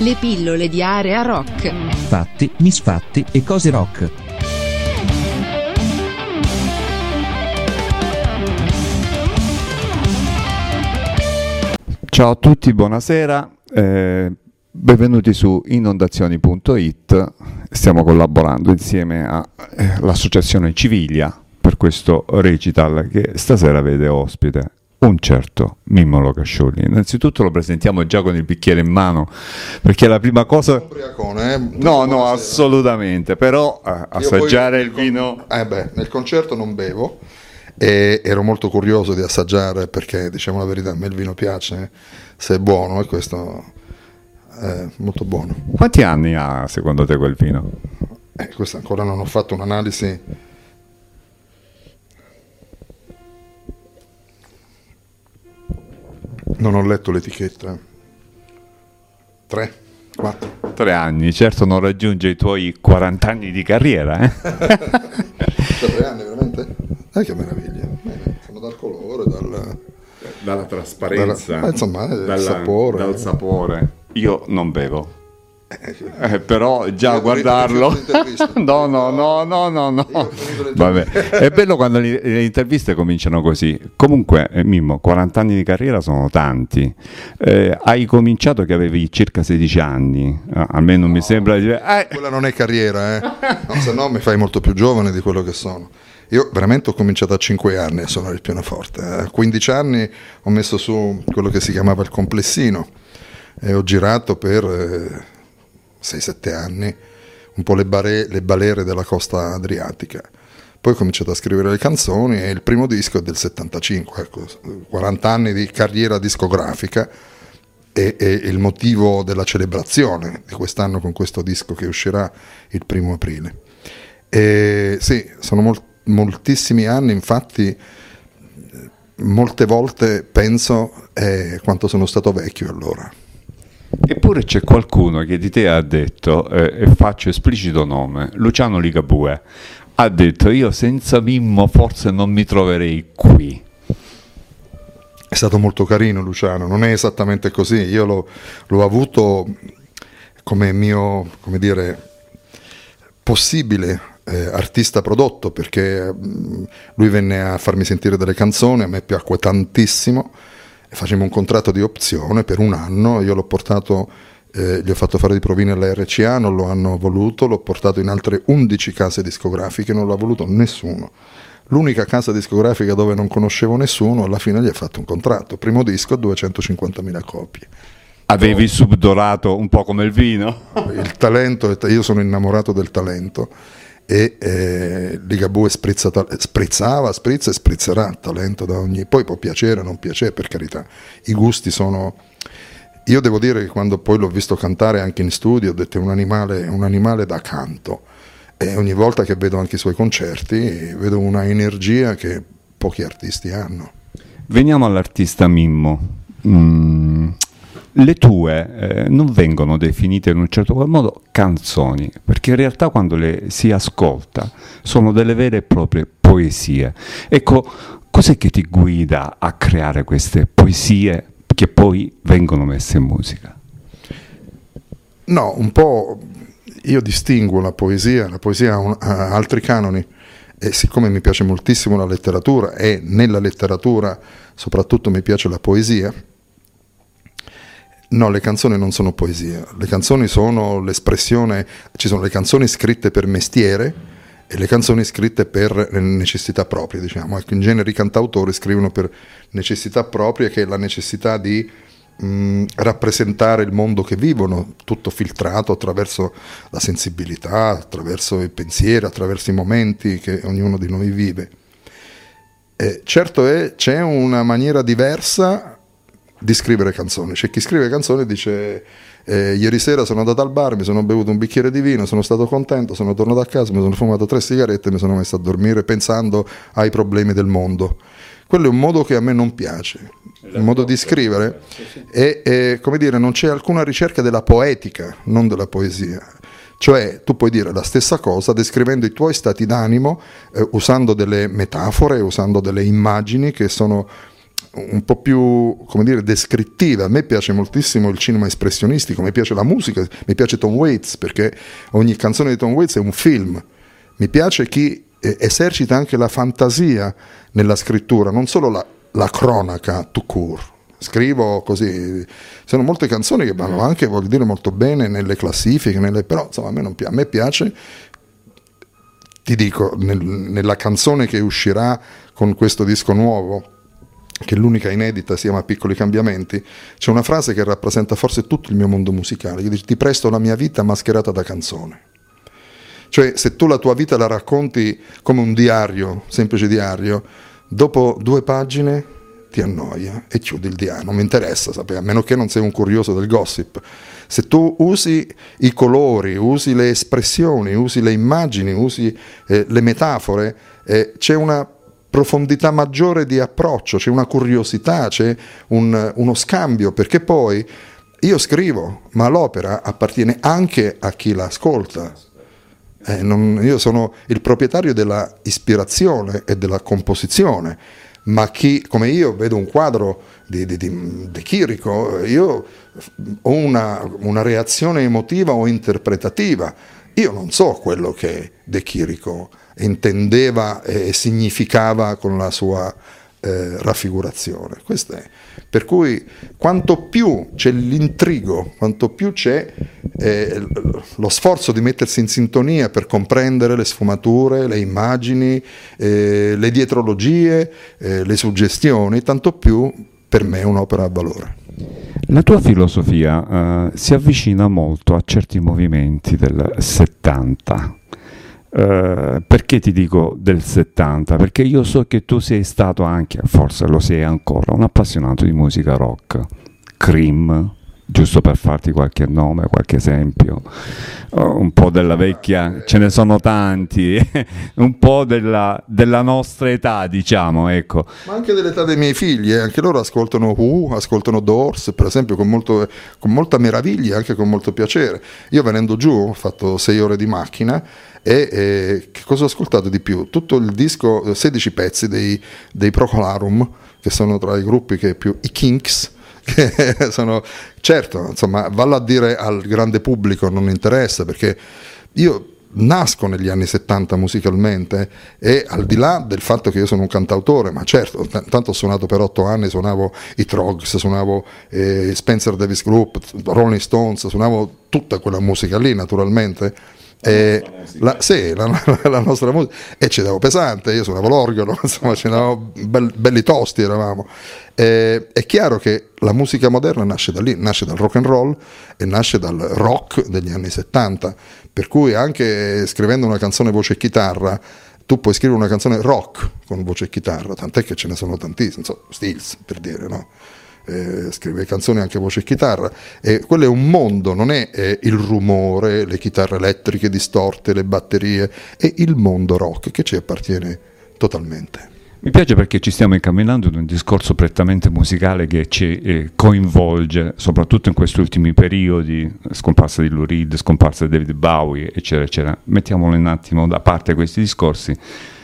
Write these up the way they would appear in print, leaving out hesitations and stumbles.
Le pillole di Area Rock. Fatti, misfatti e cose rock. Ciao a tutti, buonasera, benvenuti su inondazioni.it. Stiamo collaborando insieme all'associazione Civilia per questo recital che stasera vede ospite un certo Mimmo Locascioli. Innanzitutto lo presentiamo già con il bicchiere in mano, perché la prima cosa... No, assolutamente, però assaggiare il vino... nel concerto non bevo e ero molto curioso di assaggiare, perché diciamo la verità, a me il vino piace se è buono, e questo è molto buono. Quanti anni ha secondo te quel vino? Questo ancora non ho fatto un'analisi. Non ho letto l'etichetta. 3, 4. 3 anni, certo non raggiunge i tuoi 40 anni di carriera, eh? Cioè 3 anni veramente? Che meraviglia. Sono dal colore, dalla trasparenza, dal sapore. Dal sapore. Io non bevo. Però già guardarlo no. Vabbè. È bello quando le interviste cominciano così. Comunque Mimmo, 40 anni di carriera sono tanti. Hai cominciato che avevi circa 16 anni, a me non mi sembra quella non è carriera, no, se no mi fai molto più giovane di quello che sono. Io veramente ho cominciato a 5 anni a suonare il pianoforte. A 15 anni ho messo su quello che si chiamava il complessino e ho girato per 6-7 anni un po' le balere della costa adriatica. Poi ho cominciato a scrivere le canzoni e il primo disco è del 75, ecco, 40 anni di carriera discografica e il motivo della celebrazione di quest'anno con questo disco che uscirà il 1° aprile. E sì, sono moltissimi anni, infatti molte volte penso quanto sono stato vecchio allora. Eppure c'è qualcuno che di te ha detto, e faccio esplicito nome, Luciano Ligabue, ha detto: io senza Mimmo forse non mi troverei qui. È stato molto carino Luciano, non è esattamente così, io l'ho avuto come mio, come dire, possibile artista prodotto, perché lui venne a farmi sentire delle canzoni, a me piacque tantissimo. Facemmo un contratto di opzione per 1 anno, io l'ho portato, gli ho fatto fare di provine alla RCA, non lo hanno voluto, l'ho portato in altre 11 case discografiche, non l'ha voluto nessuno. L'unica casa discografica dove non conoscevo nessuno, alla fine gli ha fatto un contratto, primo disco, 250.000 copie. Avevi subdorato un po' come il vino? Il talento, io sono innamorato del talento. E Ligabue sprizza e sprizzerà talento da ogni, poi può piacere o non piacere, per carità, i gusti sono, io devo dire che quando poi l'ho visto cantare anche in studio ho detto è un animale da canto, e ogni volta che vedo anche i suoi concerti vedo una energia che pochi artisti hanno. Veniamo all'artista Mimmo. Le tue non vengono definite in un certo qual modo canzoni, perché in realtà quando le si ascolta sono delle vere e proprie poesie. Ecco, cos'è che ti guida a creare queste poesie che poi vengono messe in musica? No, un po' io distinguo la poesia ha altri canoni, e siccome mi piace moltissimo la letteratura e nella letteratura soprattutto mi piace la poesia. No, le canzoni non sono poesia, le canzoni sono l'espressione, ci sono le canzoni scritte per mestiere e le canzoni scritte per necessità proprie, diciamo. Ecco, in genere i cantautori scrivono per necessità proprie, che è la necessità di rappresentare il mondo che vivono, tutto filtrato attraverso la sensibilità, attraverso il pensiero, attraverso i momenti che ognuno di noi vive. Certo c'è una maniera diversa di scrivere canzoni. C'è chi scrive canzoni e dice ieri sera sono andato al bar, mi sono bevuto un bicchiere di vino, sono stato contento, sono tornato a casa, mi sono fumato 3 sigarette e mi sono messo a dormire pensando ai problemi del mondo. Quello è un modo che a me non piace, un modo di scrivere, e come dire, non c'è alcuna ricerca della poetica, non della poesia. Cioè tu puoi dire la stessa cosa descrivendo i tuoi stati d'animo, usando delle metafore, usando delle immagini che sono un po' più, come dire, descrittiva. A me piace moltissimo il cinema espressionistico, mi piace la musica, mi piace Tom Waits, perché ogni canzone di Tom Waits è un film. Mi piace chi esercita anche la fantasia nella scrittura, non solo la cronaca tout court. Scrivo così, sono molte canzoni che vanno anche, voglio dire, molto bene nelle classifiche, però insomma a me piace, ti dico, nella canzone che uscirà con questo disco nuovo, che è l'unica inedita, si chiama Piccoli Cambiamenti, c'è una frase che rappresenta forse tutto il mio mondo musicale, che dice: ti presto la mia vita mascherata da canzone. Cioè, se tu la tua vita la racconti come un diario, semplice diario, dopo 2 pagine ti annoia e chiudi il diario, non mi interessa sapere, a meno che non sei un curioso del gossip. Se tu usi i colori, usi le espressioni, usi le immagini, usi le metafore, c'è una profondità maggiore di approccio, c'è una curiosità, c'è uno scambio, perché poi io scrivo, ma l'opera appartiene anche a chi la ascolta. Io sono il proprietario della ispirazione e della composizione, ma chi come io vedo un quadro di Chirico, io ho una reazione emotiva o interpretativa. Io non so quello che De Chirico intendeva e significava con la sua raffigurazione. Questo è. Per cui quanto più c'è l'intrigo, quanto più c'è lo sforzo di mettersi in sintonia per comprendere le sfumature, le immagini, le dietrologie, le suggestioni, tanto più per me è un'opera a valore. La tua filosofia si avvicina molto a certi movimenti del 70. Perché ti dico del 70? Perché io so che tu sei stato anche, forse lo sei ancora, un appassionato di musica rock. Cream, giusto per farti qualche nome, qualche esempio, un po' della vecchia, ce ne sono tanti, un po' della nostra età, diciamo, ecco. Ma anche dell'età dei miei figli, anche loro ascoltano ascoltano Doors, per esempio, con molta meraviglia, anche con molto piacere. Io venendo giù ho fatto 6 ore di macchina e che cosa ho ascoltato di più? Tutto il disco, 16 pezzi dei Procolarum, che sono tra i gruppi che più i Kinks, che sono, certo, insomma, vallo a dire al grande pubblico, non interessa, perché io nasco negli anni 70 musicalmente, e al di là del fatto che io sono un cantautore, ma certo, tanto ho suonato per 8 anni, suonavo i Trogs, suonavo Spencer Davis Group, Rolling Stones, suonavo tutta quella musica lì, naturalmente. La nostra musica, e ci davo pesante, io suonavo l'organo, insomma, ci davamo belli tosti eravamo. È chiaro che la musica moderna nasce da lì, nasce dal rock and roll e nasce dal rock degli anni 70, per cui anche scrivendo una canzone voce e chitarra tu puoi scrivere una canzone rock con voce e chitarra, tant'è che ce ne sono tantissimi, Stills per dire, no? Scrive canzoni anche voce e chitarra, e quello è un mondo, non è il rumore, le chitarre elettriche distorte, le batterie, è il mondo rock che ci appartiene totalmente. Mi piace perché ci stiamo incamminando in un discorso prettamente musicale che ci coinvolge, soprattutto in questi ultimi periodi, scomparsa di Lou Reed, scomparsa di David Bowie, eccetera, eccetera. Mettiamolo un attimo da parte questi discorsi.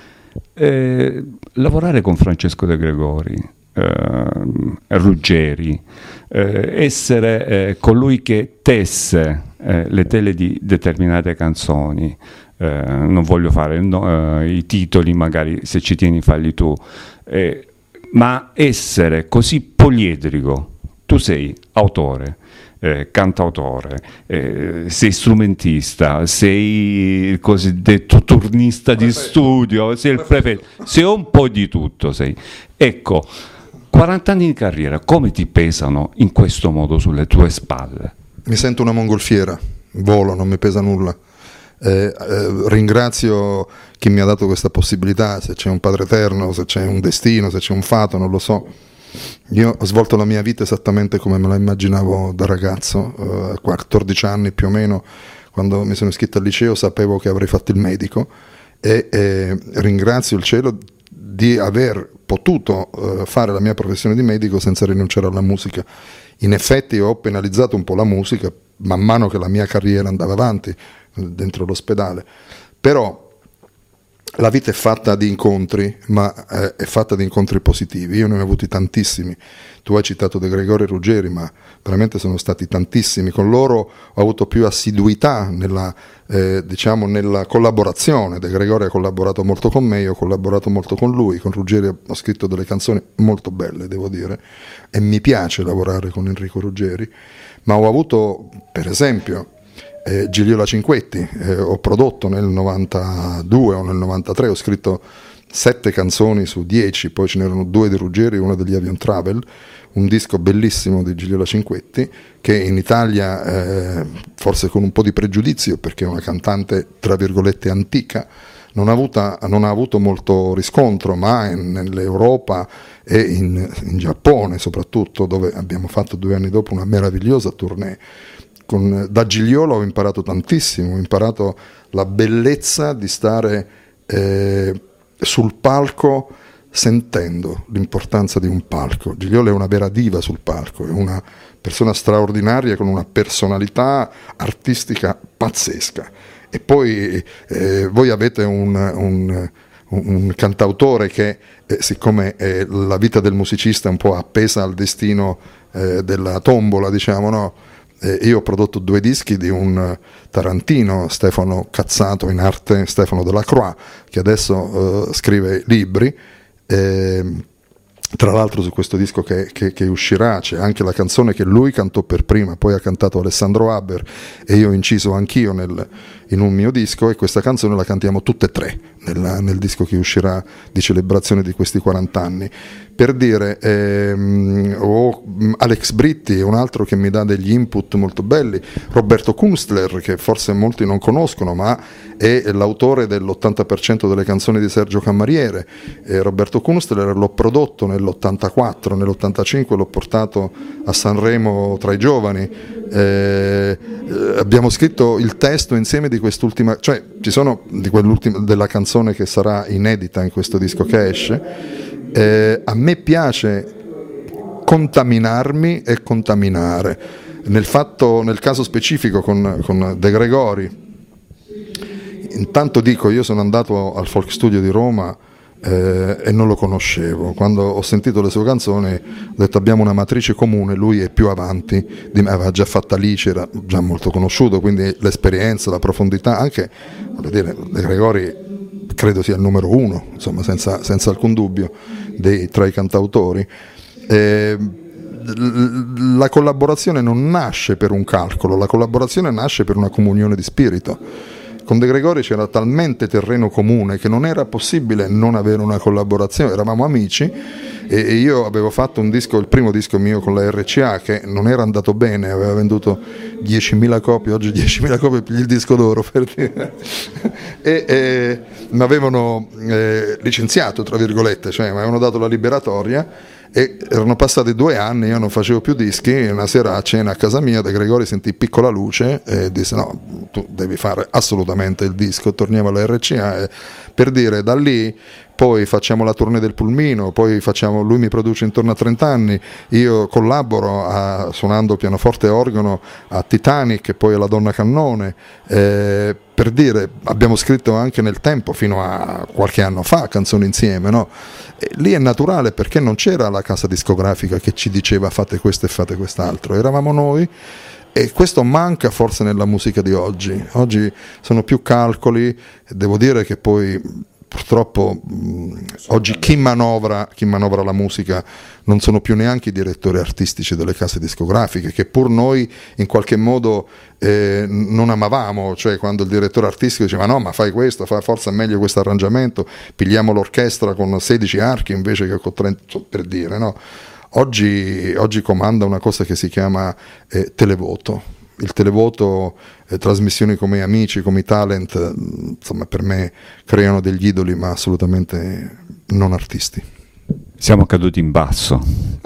Lavorare con Francesco De Gregori, Ruggeri, essere colui che tesse le tele di determinate canzoni, non voglio fare i titoli, magari se ci tieni falli tu, ma essere così poliedrico. Tu sei autore, cantautore, sei strumentista, sei il cosiddetto turnista di studio, sei il prefetto, sei un po' di tutto, sei. Ecco, 40 anni di carriera, come ti pesano in questo modo sulle tue spalle? Mi sento una mongolfiera, volo, non mi pesa nulla. Ringrazio chi mi ha dato questa possibilità, se c'è un Padre Eterno, se c'è un destino, se c'è un fato, non lo so. Io ho svolto la mia vita esattamente come me la immaginavo da ragazzo, a 14 anni più o meno, quando mi sono iscritto al liceo sapevo che avrei fatto il medico, e ringrazio il cielo di aver potuto fare la mia professione di medico senza rinunciare alla musica. In effetti ho penalizzato un po' la musica man mano che la mia carriera andava avanti dentro l'ospedale, però la vita è fatta di incontri, ma è fatta di incontri positivi. Io ne ho avuti tantissimi. Tu hai citato De Gregori e Ruggeri, ma veramente sono stati tantissimi. Con loro ho avuto più assiduità nella collaborazione. De Gregori ha collaborato molto con me, io ho collaborato molto con lui. Con Ruggeri ho scritto delle canzoni molto belle, devo dire, e mi piace lavorare con Enrico Ruggeri. Ma ho avuto, per esempio, Gigliola Cinquetti, ho prodotto nel 92 o nel 93, ho scritto 7 canzoni su 10, poi ce n'erano 2 di Ruggeri e una degli Avion Travel, un disco bellissimo di Gigliola Cinquetti, che in Italia, forse con un po' di pregiudizio, perché è una cantante tra virgolette antica, non ha avuto molto riscontro, ma nell'Europa e in Giappone soprattutto, dove abbiamo fatto 2 anni dopo una meravigliosa tournée. Da Gigliola ho imparato tantissimo, ho imparato la bellezza di stare sul palco sentendo l'importanza di un palco. Gigliola è una vera diva sul palco, è una persona straordinaria con una personalità artistica pazzesca. E poi voi avete un cantautore che, siccome la vita del musicista è un po' appesa al destino della tombola, diciamo, no? Io ho prodotto 2 dischi di un tarantino, Stefano Cazzato, in arte Stefano Delacroix, che adesso scrive libri. Tra l'altro su questo disco che uscirà c'è anche la canzone che lui cantò per prima, poi ha cantato Alessandro Haber e io ho inciso anch'io in un mio disco, e questa canzone la cantiamo tutte e 3 nel disco che uscirà di celebrazione di questi 40 anni. Per dire, Alex Britti è un altro che mi dà degli input molto belli, Roberto Kunstler, che forse molti non conoscono, ma è l'autore dell'80% delle canzoni di Sergio Cammariere. Roberto Kunstler l'ho prodotto nell'84, nell'85 l'ho portato a Sanremo tra i giovani. Abbiamo scritto il testo insieme di quest'ultima, cioè ci sono della canzone che sarà inedita in questo disco che esce. A me piace contaminarmi e contaminare. Nel caso specifico con De Gregori, intanto dico, io sono andato al Folk Studio di Roma e non lo conoscevo. Quando ho sentito le sue canzoni ho detto abbiamo una matrice comune, lui è più avanti di me, aveva già fatta Alice, era già molto conosciuto, quindi l'esperienza, la profondità, anche, voglio dire, De Gregori credo sia il numero 1, insomma, senza alcun dubbio, tra i cantautori. La collaborazione non nasce per un calcolo, la collaborazione nasce per una comunione di spirito. Con De Gregori c'era talmente terreno comune che non era possibile non avere una collaborazione, eravamo amici, e io avevo fatto un disco, il primo disco mio con la RCA, che non era andato bene, aveva venduto 10.000 copie, oggi 10.000 copie per il disco d'oro, per dire. E mi avevano licenziato, tra virgolette, cioè mi avevano dato la liberatoria, e erano passati 2 anni, io non facevo più dischi. Una sera a cena a casa mia De Gregori sentì Piccola Luce e disse no, tu devi fare assolutamente il disco, torniamo alla RCA, per dire, da lì poi facciamo la tournée del Pulmino, poi lui mi produce intorno a 30 anni, io collaboro suonando pianoforte e organo a Titanic e poi alla Donna Cannone, per dire, abbiamo scritto anche nel tempo, fino a qualche anno fa, canzoni insieme, no? E lì è naturale, perché non c'era la casa discografica che ci diceva fate questo e fate quest'altro, eravamo noi. E questo manca forse nella musica di oggi. Oggi sono più calcoli, devo dire che poi purtroppo oggi chi manovra la musica non sono più neanche i direttori artistici delle case discografiche, che pur noi in qualche modo non amavamo, cioè quando il direttore artistico diceva no, ma fai questo, forse è meglio questo arrangiamento, pigliamo l'orchestra con 16 archi invece che con 30, per dire, no? Oggi comanda una cosa che si chiama televoto. Il televoto, trasmissioni come Amici, come i Talent, insomma, per me creano degli idoli, ma assolutamente non artisti. Siamo caduti in basso.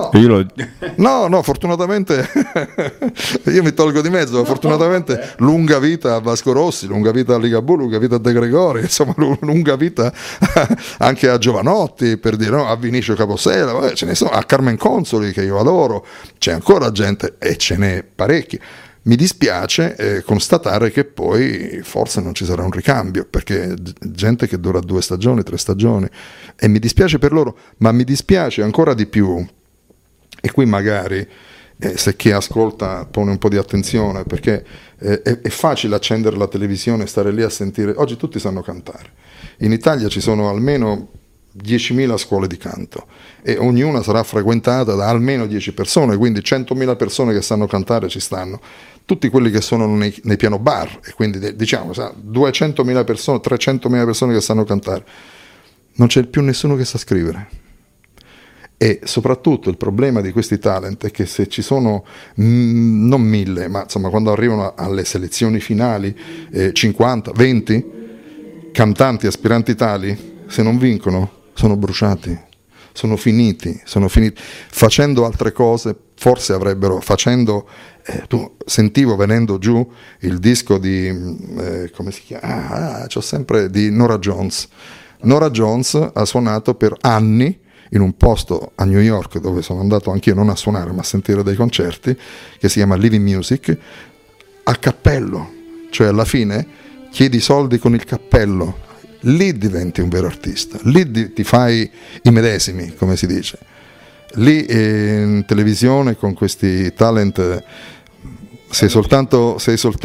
No, fortunatamente io mi tolgo di mezzo, fortunatamente lunga vita a Vasco Rossi, lunga vita a Ligabue, lunga vita a De Gregori, insomma lunga vita anche a Giovanotti, per dire, no? A Vinicio Caposella, ce ne sono, a Carmen Consoli, che io adoro, c'è ancora gente e ce n'è parecchi. Mi dispiace constatare che poi forse non ci sarà un ricambio, perché gente che dura 2 stagioni, 3 stagioni, e mi dispiace per loro, ma mi dispiace ancora di più, e qui magari se chi ascolta pone un po' di attenzione, perché è facile accendere la televisione e stare lì a sentire, oggi tutti sanno cantare, in Italia ci sono almeno 10.000 scuole di canto e ognuna sarà frequentata da almeno 10 persone, quindi 100.000 persone che sanno cantare ci stanno, tutti quelli che sono nei piano bar, e quindi diciamo 200.000 persone, 300.000 persone che sanno cantare, non c'è più nessuno che sa scrivere. E soprattutto il problema di questi talent è che se ci sono non 1.000, ma insomma quando arrivano alle selezioni finali 50, 20 cantanti aspiranti tali, se non vincono sono bruciati, sono finiti, facendo altre cose forse avrebbero, tu sentivo venendo giù il disco di come si chiama? C'ho sempre di Norah Jones. Norah Jones ha suonato per anni in un posto a New York dove sono andato anch'io, non a suonare ma a sentire dei concerti, che si chiama Living Music, a cappello, cioè alla fine chiedi soldi con il cappello, lì diventi un vero artista, lì ti fai i medesimi, come si dice. Lì in televisione con questi talent sei soltanto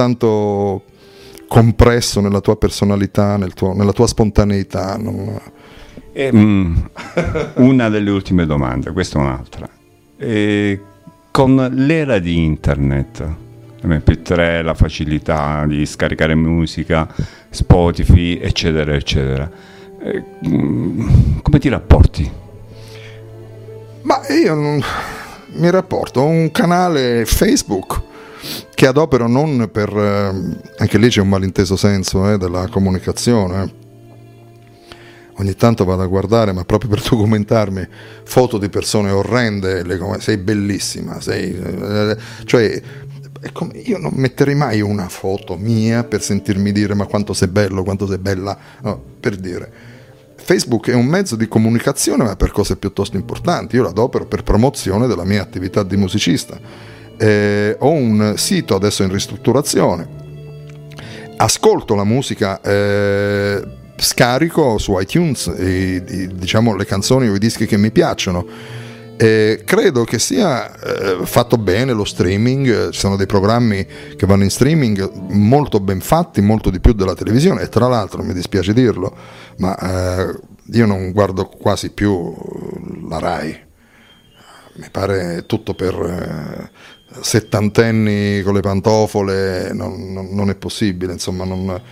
compresso nella tua personalità, nella tua spontaneità. Una delle ultime domande, questa è un'altra. Con l'era di internet, MP3, la facilità di scaricare musica, Spotify, eccetera, eccetera, come ti rapporti? Ma io mi rapporto a un canale Facebook che adopero non per... anche lì c'è un malinteso senso della comunicazione. Ogni tanto vado a guardare, ma proprio per documentarmi, foto di persone orrende, sei bellissima, cioè, io non metterei mai una foto mia per sentirmi dire ma quanto sei bello, quanto sei bella, no, per dire. Facebook è un mezzo di comunicazione, ma per cose piuttosto importanti. Io lo adopero per promozione della mia attività di musicista. Ho un sito adesso in ristrutturazione, ascolto la musica, scarico su iTunes diciamo le canzoni o i dischi che mi piacciono. Credo che sia fatto bene lo streaming, ci sono dei programmi che vanno in streaming molto ben fatti, molto di più della televisione, e tra l'altro mi dispiace dirlo, ma io non guardo quasi più la Rai, mi pare tutto per settantenni con le pantofole, non è possibile, insomma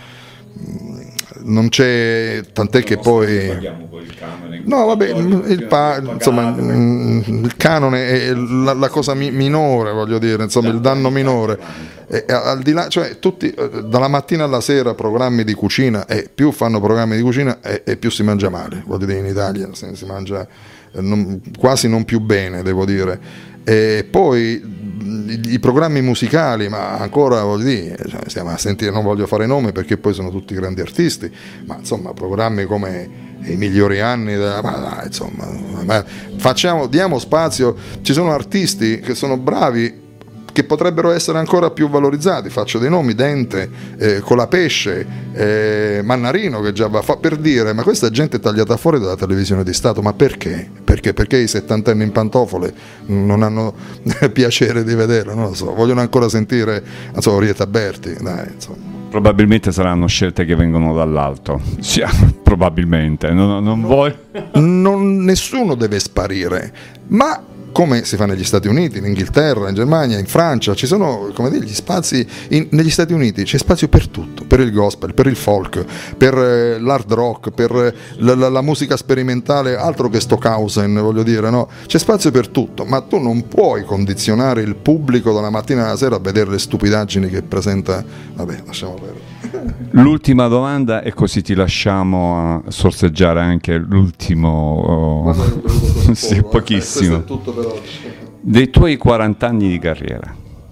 non c'è, tant'è che poi no vabbè insomma il canone è la cosa minore, voglio dire, insomma il danno minore, al di là, cioè tutti dalla mattina alla sera programmi di cucina, e più fanno programmi di cucina e più si mangia male, voglio dire, in Italia si mangia quasi non più bene, devo dire. E poi i programmi musicali, ma ancora voglio dire, stiamo a sentire, non voglio fare nome perché poi sono tutti grandi artisti, ma insomma programmi come I migliori anni insomma, diamo spazio, ci sono artisti che sono bravi, che potrebbero essere ancora più valorizzati. Faccio dei nomi: Dente, Colapesce, Mannarino, che già va per dire, ma questa gente è tagliata fuori dalla televisione di Stato. Ma perché? Perché i settantenni in pantofole non hanno piacere di vederlo, non lo so, vogliono ancora sentire, non so, Orietta Berti, dai, insomma. Probabilmente saranno scelte che vengono dall'alto, sì, probabilmente, non vuoi... Nessuno deve sparire, ma come si fa negli Stati Uniti, in Inghilterra, in Germania, in Francia, ci sono, come dire, gli spazi, negli Stati Uniti c'è spazio per tutto, per il gospel, per il folk, per l'hard rock, per la musica sperimentale, altro che Stockhausen, voglio dire, no? C'è spazio per tutto, ma tu non puoi condizionare il pubblico dalla mattina alla sera a vedere le stupidaggini che presenta, vabbè, lasciamo perdere. L'ultima domanda, e così ti lasciamo a sorseggiare anche l'ultimo, sì, pochissimo. Tutto per oggi. Dei tuoi 40 anni di carriera,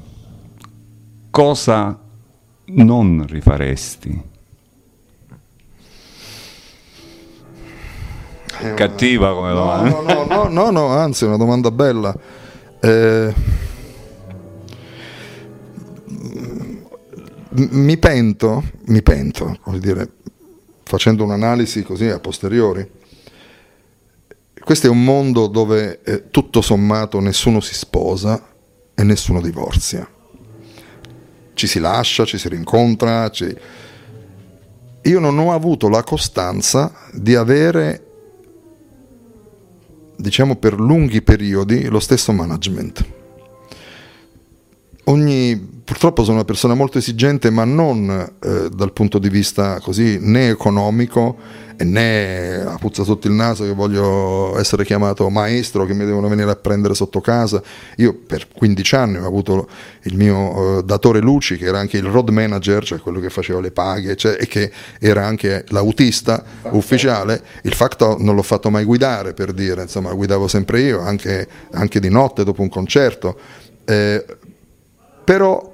cosa non rifaresti? Cattiva come domanda. No, anzi è una domanda bella. mi pento, vuol dire, facendo un'analisi così a posteriori, questo è un mondo dove tutto sommato nessuno si sposa e nessuno divorzia. Ci si lascia, ci si rincontra. Io non ho avuto la costanza di avere, diciamo, per lunghi periodi lo stesso management. Purtroppo sono una persona molto esigente, ma non dal punto di vista così né economico e né a puzza sotto il naso che voglio essere chiamato maestro, che mi devono venire a prendere sotto casa. Io per 15 anni ho avuto il mio datore luci, che era anche il road manager, cioè quello che faceva le paghe, e che era anche l'autista ufficiale. Il fatto non l'ho fatto mai guidare, per dire, insomma, guidavo sempre io, anche di notte dopo un concerto. Però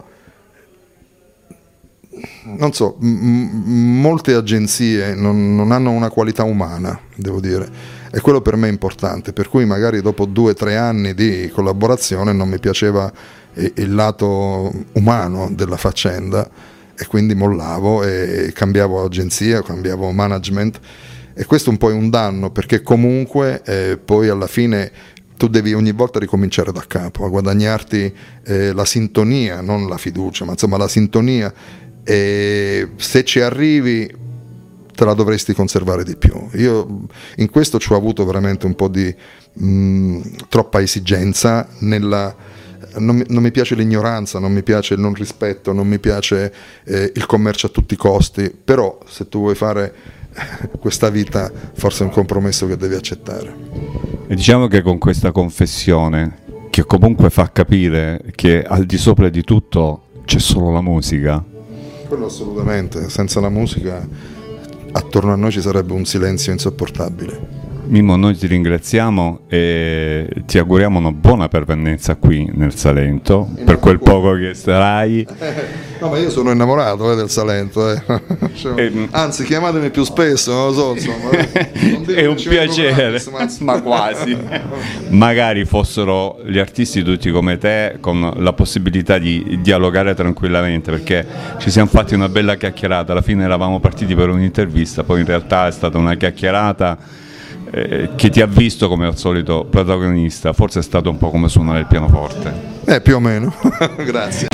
non so, molte agenzie non hanno una qualità umana, devo dire, e quello per me è importante, per cui magari dopo 2 o 3 anni di collaborazione non mi piaceva il lato umano della faccenda, e quindi mollavo e cambiavo agenzia, cambiavo management, e questo un po' è un danno, perché comunque poi alla fine tu devi ogni volta ricominciare da capo, a guadagnarti la sintonia, non la fiducia, ma insomma la sintonia, e se ci arrivi te la dovresti conservare di più. Io in questo ci ho avuto veramente un po' di troppa esigenza, non mi piace l'ignoranza, non mi piace il non rispetto, non mi piace il commercio a tutti i costi, però se tu vuoi fare questa vita forse è un compromesso che devi accettare. E diciamo che con questa confessione, che comunque fa capire che al di sopra di tutto c'è solo la musica. Quello assolutamente, senza la musica attorno a noi ci sarebbe un silenzio insopportabile. Mimmo, noi ti ringraziamo e ti auguriamo una buona permanenza qui nel Salento, per quel poco che starai. No, ma io sono innamorato del Salento. Anzi, chiamatemi più spesso, non lo so, insomma. È un piacere, ma quasi. Magari fossero gli artisti tutti come te, con la possibilità di dialogare tranquillamente, perché ci siamo fatti una bella chiacchierata. Alla fine eravamo partiti per un'intervista, poi in realtà è stata una chiacchierata che ti ha visto come al solito protagonista. Forse è stato un po' come suonare il pianoforte. Più o meno. Grazie.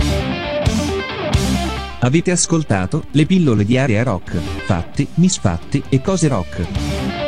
Avete ascoltato le pillole di Area Rock, fatti, misfatti e cose rock.